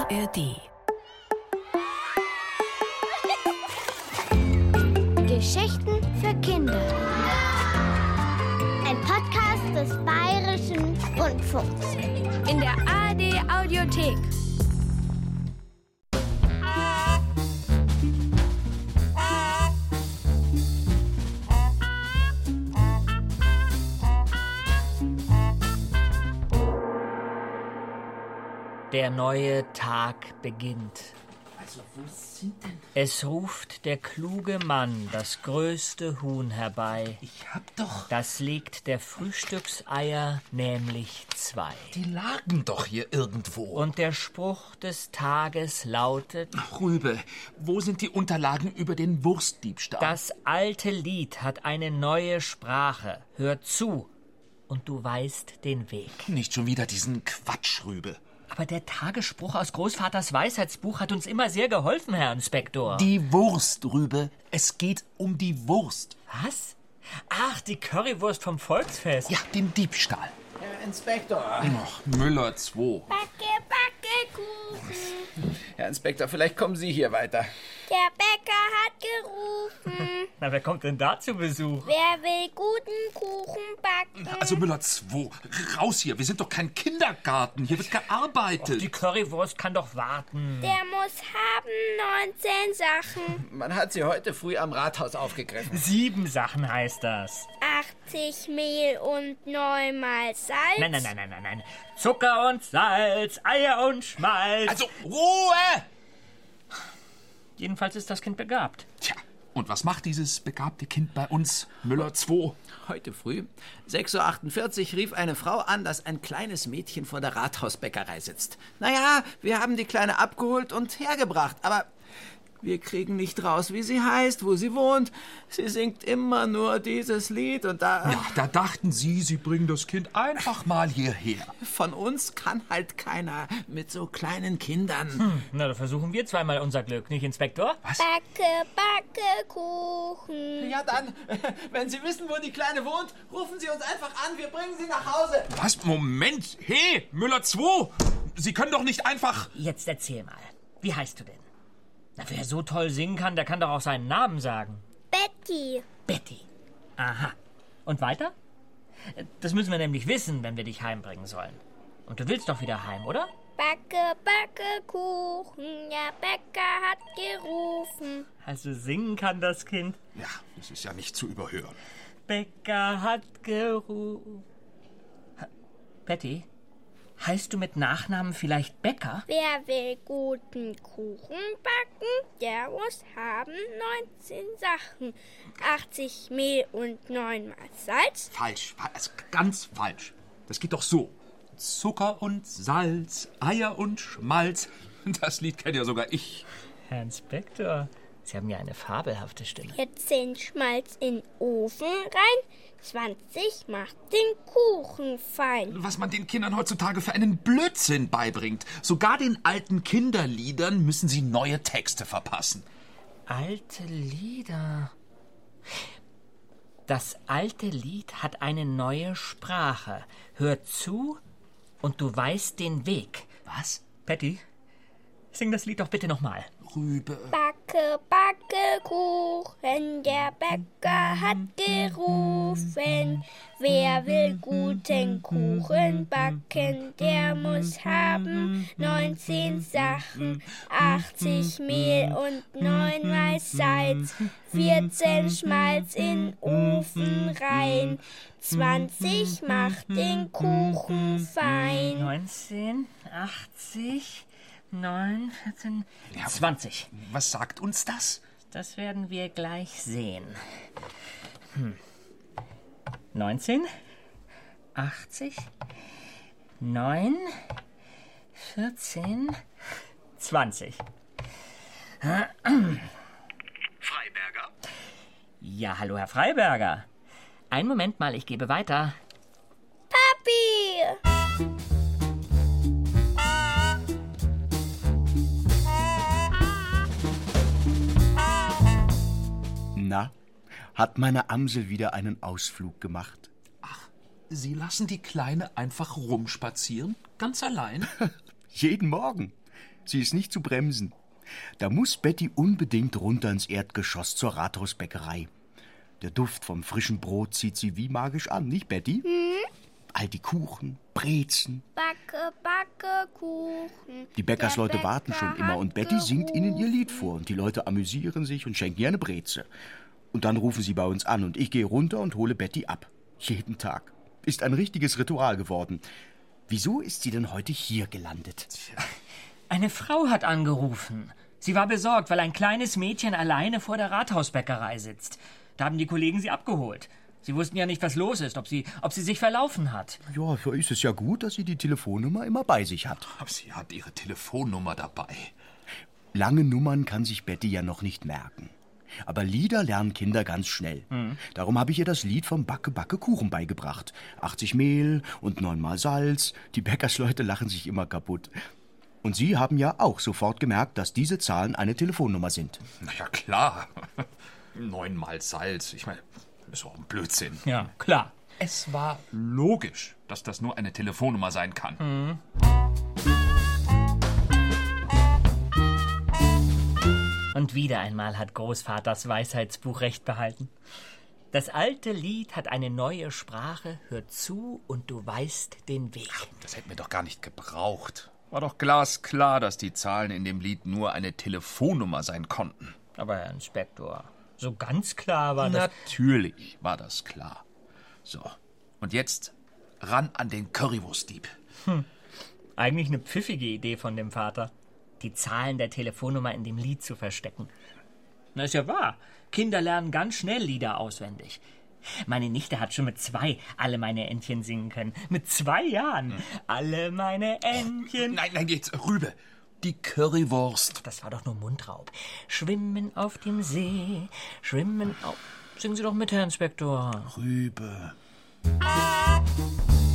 ARD. Geschichten für Kinder. Ein Podcast des Bayerischen Rundfunks. In der ARD Audiothek. Der neue Tag beginnt. Also, wo sind denn... Es ruft der kluge Mann das größte Huhn herbei. Ich hab doch... Das legt der Frühstückseier, nämlich 2. Die lagen doch hier irgendwo. Und der Spruch des Tages lautet: Rübe, wo sind die Unterlagen über den Wurstdiebstahl? Das alte Lied hat eine neue Sprache. Hör zu, und du weißt den Weg. Nicht schon wieder diesen Quatsch, Rübe. Aber der Tagesspruch aus Großvaters Weisheitsbuch hat uns immer sehr geholfen, Herr Inspektor. Die Wurst, Rübe. Es geht um die Wurst. Was? Ach, die Currywurst vom Volksfest. Ja, den Diebstahl. Herr Inspektor. Ach, Müller 2. Backe, Kuchen. Herr Inspektor, vielleicht kommen Sie hier weiter. Der Bäcker hat gerufen. Na, wer kommt denn da zu Besuch? Wer will guten Kuchen backen? Also Müller 2, raus hier. Wir sind doch kein Kindergarten. Hier wird gearbeitet. Die Currywurst kann doch warten. Der muss haben 19 Sachen. Man hat sie heute früh am Rathaus aufgegriffen. 7 Sachen heißt das. 80 Mehl und 9 mal Salz. Nein. Zucker und Salz, Eier und Schmalz. Also, Ruhe! Jedenfalls ist das Kind begabt. Tja, und was macht dieses begabte Kind bei uns, Müller 2? Heute früh, 6.48 Uhr, rief eine Frau an, dass ein kleines Mädchen vor der Rathausbäckerei sitzt. Naja, wir haben die Kleine abgeholt und hergebracht, aber wir kriegen nicht raus, wie sie heißt, wo sie wohnt. Sie singt immer nur dieses Lied und da... Ja, da dachten Sie bringen das Kind einfach mal hierher. Von uns kann halt keiner mit so kleinen Kindern. Na, da versuchen wir zweimal unser Glück, nicht, Inspektor? Was? Backe, Kuchen. Ja dann, wenn Sie wissen, wo die Kleine wohnt, rufen Sie uns einfach an, wir bringen sie nach Hause. Was? Moment! Hey, Müller 2! Sie können doch nicht einfach... Jetzt erzähl mal. Wie heißt du denn? Na, wer so toll singen kann, der kann doch auch seinen Namen sagen. Betty. Betty. Aha. Und weiter? Das müssen wir nämlich wissen, wenn wir dich heimbringen sollen. Und du willst doch wieder heim, oder? Backe, Kuchen. Der Bäcker hat gerufen. Also singen kann das Kind. Ja, das ist ja nicht zu überhören. Bäcker hat gerufen. Betty, heißt du mit Nachnamen vielleicht Bäcker? Wer will guten Kuchen backen, der muss haben 19 Sachen. 80 Mehl und 9 mal Salz. Falsch, also ganz falsch. Das geht doch so. Zucker und Salz, Eier und Schmalz. Das Lied kenne ja sogar ich. Herr Inspektor, Sie haben ja eine fabelhafte Stimme. 14 Schmalz in den Ofen rein. 20 macht den Kuchen fein. Was man den Kindern heutzutage für einen Blödsinn beibringt. Sogar den alten Kinderliedern müssen sie neue Texte verpassen. Alte Lieder. Das alte Lied hat eine neue Sprache. Hör zu und du weißt den Weg. Was? Patty, sing das Lied doch bitte nochmal. Rübe. Backe, Kuchen, der Bäcker hat gerufen. Wer will guten Kuchen backen, der muss haben 19 Sachen. 80 Mehl und 9 mal Salz, 14 Schmalz in den Ofen rein. 20 macht den Kuchen fein. 19, 80, 9, 14, 20. Was sagt uns das? Das werden wir gleich sehen. 19, 80, 9, 14, 20. Freiberger? Ja, hallo, Herr Freiberger. Einen Moment mal, ich gebe weiter. Papi! Na, hat meine Amsel wieder einen Ausflug gemacht? Ach, Sie lassen die Kleine einfach rumspazieren? Ganz allein? Jeden Morgen. Sie ist nicht zu bremsen. Da muss Betty unbedingt runter ins Erdgeschoss zur Rathausbäckerei. Der Duft vom frischen Brot zieht sie wie magisch an, nicht, Betty? All die Kuchen, Brezen. Backe, backe, Kuchen. Die Bäckersleute Der warten Bäcker schon immer hat und Betty singt ihnen ihr Lied vor und die Leute amüsieren sich und schenken ihr eine Breze. Und dann rufen sie bei uns an und ich gehe runter und hole Betty ab. Jeden Tag. Ist ein richtiges Ritual geworden. Wieso ist sie denn heute hier gelandet? Eine Frau hat angerufen. Sie war besorgt, weil ein kleines Mädchen alleine vor der Rathausbäckerei sitzt. Da haben die Kollegen sie abgeholt. Sie wussten ja nicht, was los ist, ob sie sich verlaufen hat. Ja, für ist es ja gut, dass sie die Telefonnummer immer bei sich hat. Aber sie hat ihre Telefonnummer dabei. Lange Nummern kann sich Betty ja noch nicht merken. Aber Lieder lernen Kinder ganz schnell. Darum habe ich ihr das Lied vom Backe, Backe, Kuchen beigebracht. 80 Mehl und 9-mal Salz. Die Bäckersleute lachen sich immer kaputt. Und Sie haben ja auch sofort gemerkt, dass diese Zahlen eine Telefonnummer sind. Na ja, klar. 9-mal Salz. Ich meine, das ist auch ein Blödsinn. Ja, klar. Es war logisch, dass das nur eine Telefonnummer sein kann. Und wieder einmal hat Großvaters Weisheitsbuch recht behalten. Das alte Lied hat eine neue Sprache. Hör zu und du weißt den Weg. Das hätten wir doch gar nicht gebraucht. War doch glasklar, dass die Zahlen in dem Lied nur eine Telefonnummer sein konnten. Aber Herr Inspektor, so ganz klar war das... Natürlich war das klar. So, und jetzt ran an den Currywurstdieb. Eigentlich eine pfiffige Idee von dem Vater, die Zahlen der Telefonnummer in dem Lied zu verstecken. Na, ist ja wahr. Kinder lernen ganz schnell Lieder auswendig. Meine Nichte hat schon mit 2 alle meine Entchen singen können. Mit 2 Jahren. Alle meine Entchen. Nein, jetzt Rübe. Die Currywurst. Das war doch nur Mundraub. Schwimmen auf dem See, schwimmen auf... Singen Sie doch mit, Herr Inspektor. Rübe.